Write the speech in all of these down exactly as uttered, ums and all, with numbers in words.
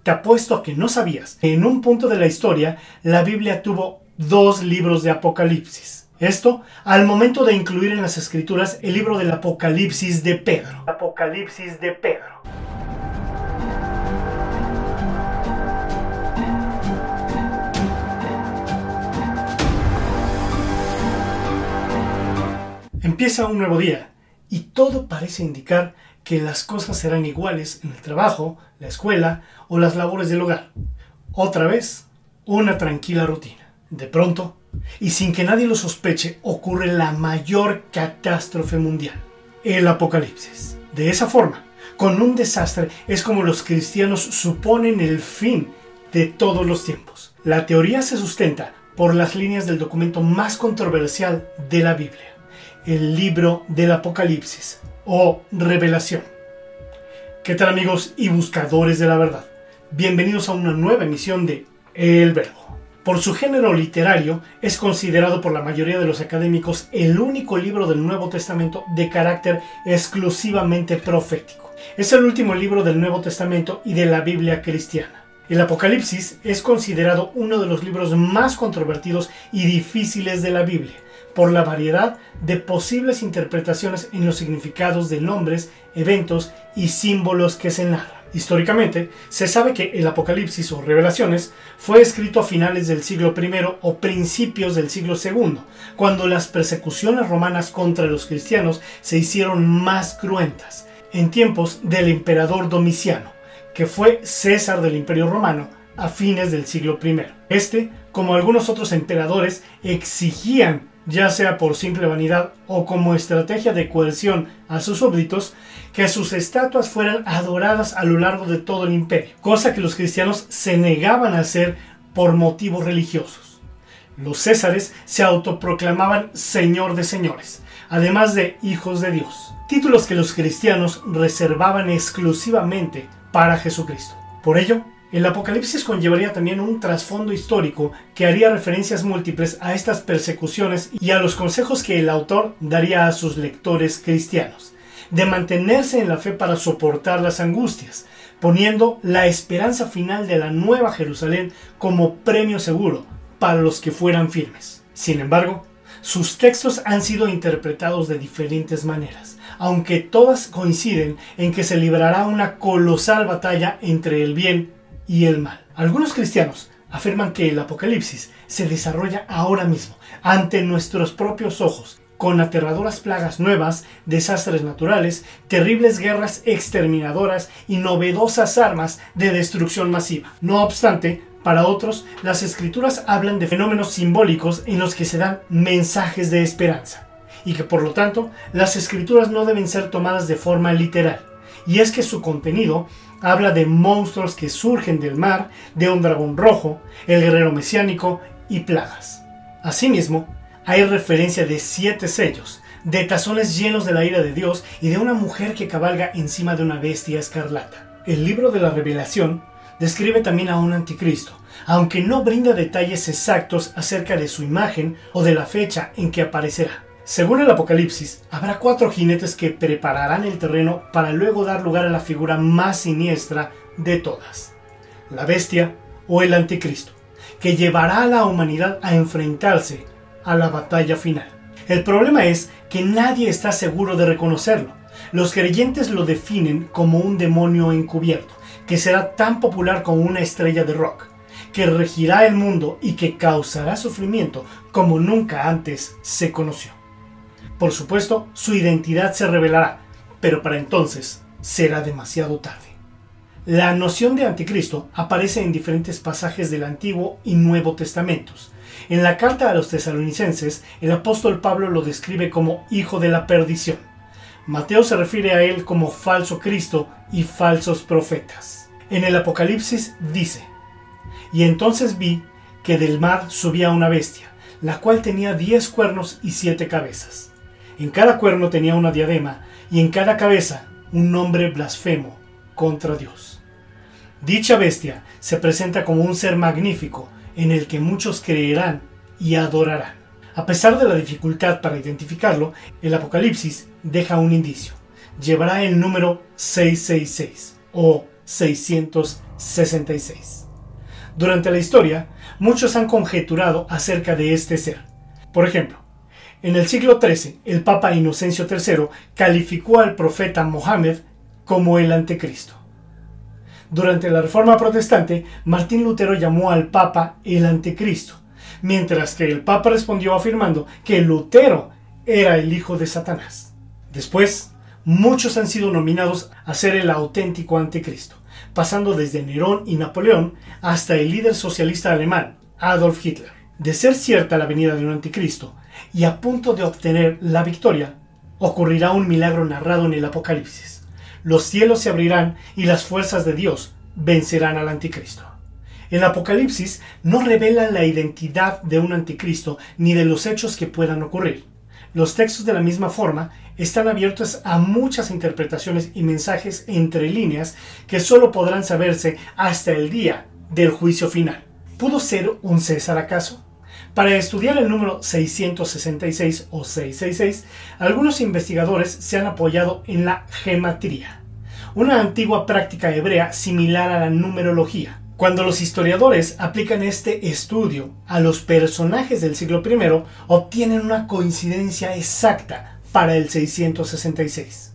Te apuesto a que no sabías que en un punto de la historia la Biblia tuvo dos libros de Apocalipsis. Esto al momento de incluir en las escrituras el libro del Apocalipsis de Pedro. Apocalipsis de Pedro. Empieza un nuevo día y todo parece indicar que las cosas serán iguales en el trabajo, la escuela o las labores del hogar. Otra vez, una tranquila rutina. De pronto, y sin que nadie lo sospeche, ocurre la mayor catástrofe mundial, el Apocalipsis. De esa forma, con un desastre, es como los cristianos suponen el fin de todos los tiempos. La teoría se sustenta por las líneas del documento más controversial de la Biblia, el libro del Apocalipsis o Revelación. ¿Qué tal, amigos y buscadores de la verdad? Bienvenidos a una nueva emisión de El Verbo. Por su género literario, es considerado por la mayoría de los académicos el único libro del Nuevo Testamento de carácter exclusivamente profético. Es el último libro del Nuevo Testamento y de la Biblia cristiana. El Apocalipsis es considerado uno de los libros más controvertidos y difíciles de la Biblia, por la variedad de posibles interpretaciones en los significados de nombres, eventos y símbolos que se narran. Históricamente, se sabe que el Apocalipsis o Revelaciones fue escrito a finales del siglo primero o principios del siglo segundo, cuando las persecuciones romanas contra los cristianos se hicieron más cruentas, en tiempos del emperador Domiciano, que fue César del Imperio Romano a fines del siglo primero. Este, como algunos otros emperadores, exigían, ya sea por simple vanidad o como estrategia de coerción a sus súbditos, que sus estatuas fueran adoradas a lo largo de todo el imperio, cosa que los cristianos se negaban a hacer por motivos religiosos. Los césares se autoproclamaban Señor de señores, además de hijos de Dios, títulos que los cristianos reservaban exclusivamente para Jesucristo. Por ello, el Apocalipsis conllevaría también un trasfondo histórico que haría referencias múltiples a estas persecuciones y a los consejos que el autor daría a sus lectores cristianos, de mantenerse en la fe para soportar las angustias, poniendo la esperanza final de la Nueva Jerusalén como premio seguro para los que fueran firmes. Sin embargo, sus textos han sido interpretados de diferentes maneras, aunque todas coinciden en que se librará una colosal batalla entre el bien y el mal. Algunos cristianos afirman que el Apocalipsis se desarrolla ahora mismo, ante nuestros propios ojos, con aterradoras plagas nuevas, desastres naturales, terribles guerras exterminadoras y novedosas armas de destrucción masiva. No obstante, para otros, las escrituras hablan de fenómenos simbólicos en los que se dan mensajes de esperanza, y que por lo tanto, las escrituras no deben ser tomadas de forma literal. Y es que su contenido habla de monstruos que surgen del mar, de un dragón rojo, el guerrero mesiánico y plagas. Asimismo, hay referencia de siete sellos, de tazones llenos de la ira de Dios y de una mujer que cabalga encima de una bestia escarlata. El libro de la Revelación describe también a un anticristo, aunque no brinda detalles exactos acerca de su imagen o de la fecha en que aparecerá. Según el Apocalipsis, habrá cuatro jinetes que prepararán el terreno para luego dar lugar a la figura más siniestra de todas, la bestia o el anticristo, que llevará a la humanidad a enfrentarse a la batalla final. El problema es que nadie está seguro de reconocerlo. Los creyentes lo definen como un demonio encubierto, que será tan popular como una estrella de rock, que regirá el mundo y que causará sufrimiento como nunca antes se conoció. Por supuesto, su identidad se revelará, pero para entonces será demasiado tarde. La noción de anticristo aparece en diferentes pasajes del Antiguo y Nuevo Testamentos. En la carta a los tesalonicenses, el apóstol Pablo lo describe como hijo de la perdición. Mateo se refiere a él como falso Cristo y falsos profetas. En el Apocalipsis dice: «Y entonces vi que del mar subía una bestia, la cual tenía diez cuernos y siete cabezas. En cada cuerno tenía una diadema, y en cada cabeza un nombre blasfemo contra Dios». Dicha bestia se presenta como un ser magnífico, en el que muchos creerán y adorarán. A pesar de la dificultad para identificarlo, el Apocalipsis deja un indicio. Llevará el número seiscientos sesenta y seis, o seiscientos sesenta y seis. Durante la historia, muchos han conjeturado acerca de este ser. Por ejemplo, en el siglo trece, el Papa Inocencio tercero calificó al profeta Mohammed como el anticristo. Durante la Reforma Protestante, Martín Lutero llamó al Papa el anticristo, mientras que el Papa respondió afirmando que Lutero era el hijo de Satanás. Después, muchos han sido nominados a ser el auténtico anticristo, pasando desde Nerón y Napoleón hasta el líder socialista alemán, Adolf Hitler. De ser cierta la venida de un anticristo y a punto de obtener la victoria, ocurrirá un milagro narrado en el Apocalipsis. Los cielos se abrirán y las fuerzas de Dios vencerán al anticristo. El Apocalipsis no revela la identidad de un anticristo ni de los hechos que puedan ocurrir. Los textos de la misma forma están abiertos a muchas interpretaciones y mensajes entre líneas que solo podrán saberse hasta el día del juicio final. ¿Pudo ser un César acaso? Para estudiar el número seiscientos sesenta y seis o seiscientos sesenta y seis, algunos investigadores se han apoyado en la gematría, una antigua práctica hebrea similar a la numerología. Cuando los historiadores aplican este estudio a los personajes del siglo primero, obtienen una coincidencia exacta para el seiscientos sesenta y seis.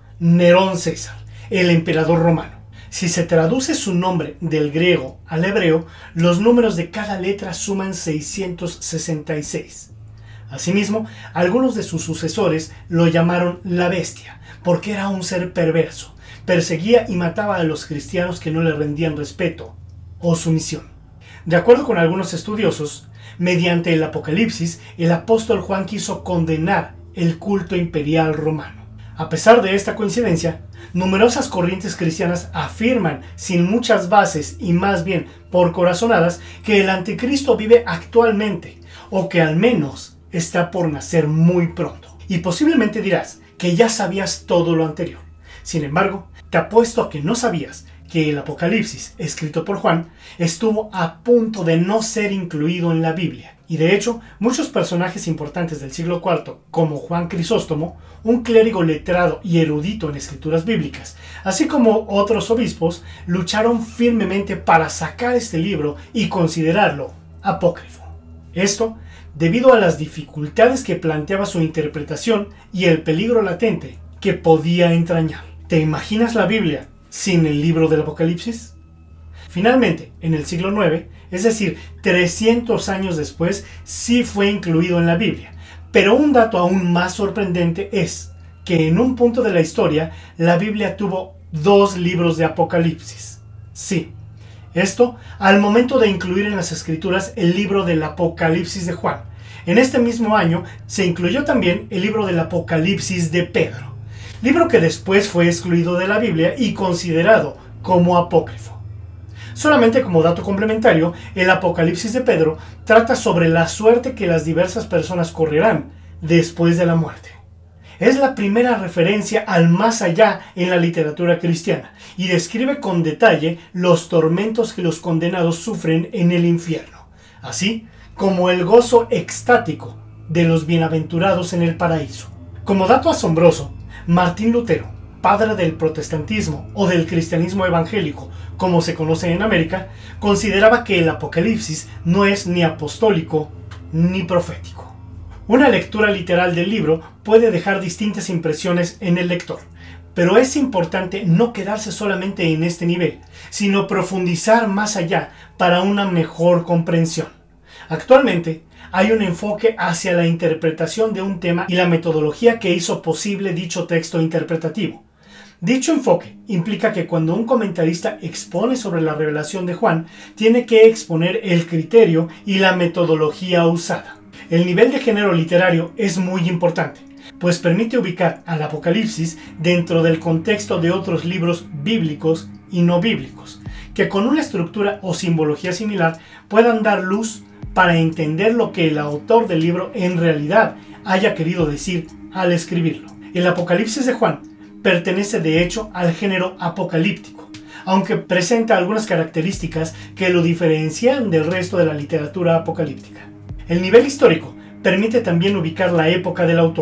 Nerón César, el emperador romano. Si se traduce su nombre del griego al hebreo, los números de cada letra suman seiscientos sesenta y seis. Asimismo, algunos de sus sucesores lo llamaron la bestia, porque era un ser perverso. Perseguía y mataba a los cristianos que no le rendían respeto o sumisión. De acuerdo con algunos estudiosos, mediante el Apocalipsis, el apóstol Juan quiso condenar el culto imperial romano. A pesar de esta coincidencia, numerosas corrientes cristianas afirman, sin muchas bases y más bien por corazonadas, que el anticristo vive actualmente, o que al menos está por nacer muy pronto. Y posiblemente dirás que ya sabías todo lo anterior. Sin embargo, te apuesto a que no sabías que el Apocalipsis, escrito por Juan, estuvo a punto de no ser incluido en la Biblia. Y de hecho, muchos personajes importantes del siglo cuarto, como Juan Crisóstomo, un clérigo letrado y erudito en escrituras bíblicas, así como otros obispos, lucharon firmemente para sacar este libro y considerarlo apócrifo. Esto debido a las dificultades que planteaba su interpretación y el peligro latente que podía entrañar. ¿Te imaginas la Biblia sin el libro del Apocalipsis? Finalmente, en el siglo noveno, es decir, trescientos años después, sí fue incluido en la Biblia. Pero un dato aún más sorprendente es que en un punto de la historia, la Biblia tuvo dos libros de Apocalipsis. Sí, esto al momento de incluir en las Escrituras el libro del Apocalipsis de Juan. En este mismo año se incluyó también el libro del Apocalipsis de Pedro, libro que después fue excluido de la Biblia y considerado como apócrifo. Solamente como dato complementario, el Apocalipsis de Pedro trata sobre la suerte que las diversas personas correrán después de la muerte. Es la primera referencia al más allá en la literatura cristiana y describe con detalle los tormentos que los condenados sufren en el infierno, así como el gozo extático de los bienaventurados en el paraíso. Como dato asombroso, Martín Lutero, padre del protestantismo o del cristianismo evangélico, como se conoce en América, consideraba que el Apocalipsis no es ni apostólico ni profético. Una lectura literal del libro puede dejar distintas impresiones en el lector, pero es importante no quedarse solamente en este nivel, sino profundizar más allá para una mejor comprensión. Actualmente, hay un enfoque hacia la interpretación de un tema y la metodología que hizo posible dicho texto interpretativo. Dicho enfoque implica que cuando un comentarista expone sobre la revelación de Juan, tiene que exponer el criterio y la metodología usada. El nivel de género literario es muy importante, pues permite ubicar al Apocalipsis dentro del contexto de otros libros bíblicos y no bíblicos, que con una estructura o simbología similar puedan dar luz para entender lo que el autor del libro en realidad haya querido decir al escribirlo. El Apocalipsis de Juan pertenece de hecho al género apocalíptico, aunque presenta algunas características que lo diferencian del resto de la literatura apocalíptica. El nivel histórico permite también ubicar la época del autor.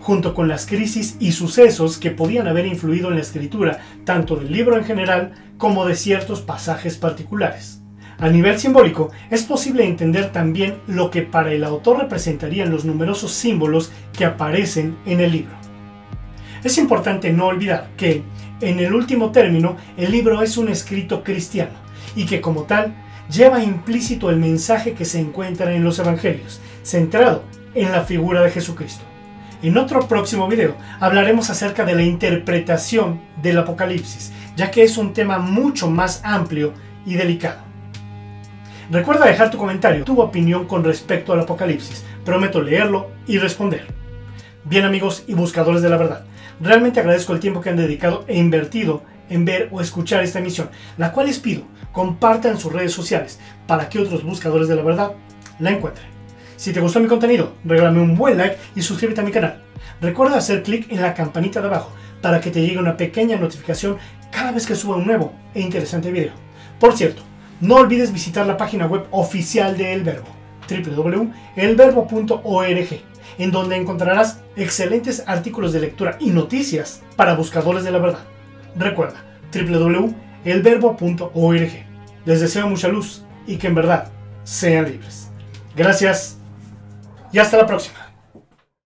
junto con las crisis y sucesos que podían haber influido en la escritura tanto del libro en general como de ciertos pasajes particulares. A nivel simbólico, es posible entender también lo que para el autor representarían los numerosos símbolos que aparecen en el libro. Es importante no olvidar que, en el último término, el libro es un escrito cristiano y que como tal lleva implícito el mensaje que se encuentra en los evangelios, centrado en la figura de Jesucristo. En otro próximo video hablaremos acerca de la interpretación del Apocalipsis, ya que es un tema mucho más amplio y delicado. Recuerda dejar tu comentario, tu opinión con respecto al Apocalipsis. Prometo leerlo y responder. Bien, amigos y buscadores de la verdad, realmente agradezco el tiempo que han dedicado e invertido en ver o escuchar esta emisión, la cual les pido compartan en sus redes sociales para que otros buscadores de la verdad la encuentren. Si te gustó mi contenido, regálame un buen like y suscríbete a mi canal. Recuerda hacer clic en la campanita de abajo para que te llegue una pequeña notificación cada vez que suba un nuevo e interesante video. Por cierto, no olvides visitar la página web oficial de El Verbo, w w w punto el verbo punto org, en donde encontrarás excelentes artículos de lectura y noticias para buscadores de la verdad. Recuerda, w w w punto el verbo punto org. Les deseo mucha luz y que en verdad sean libres. Gracias y hasta la próxima.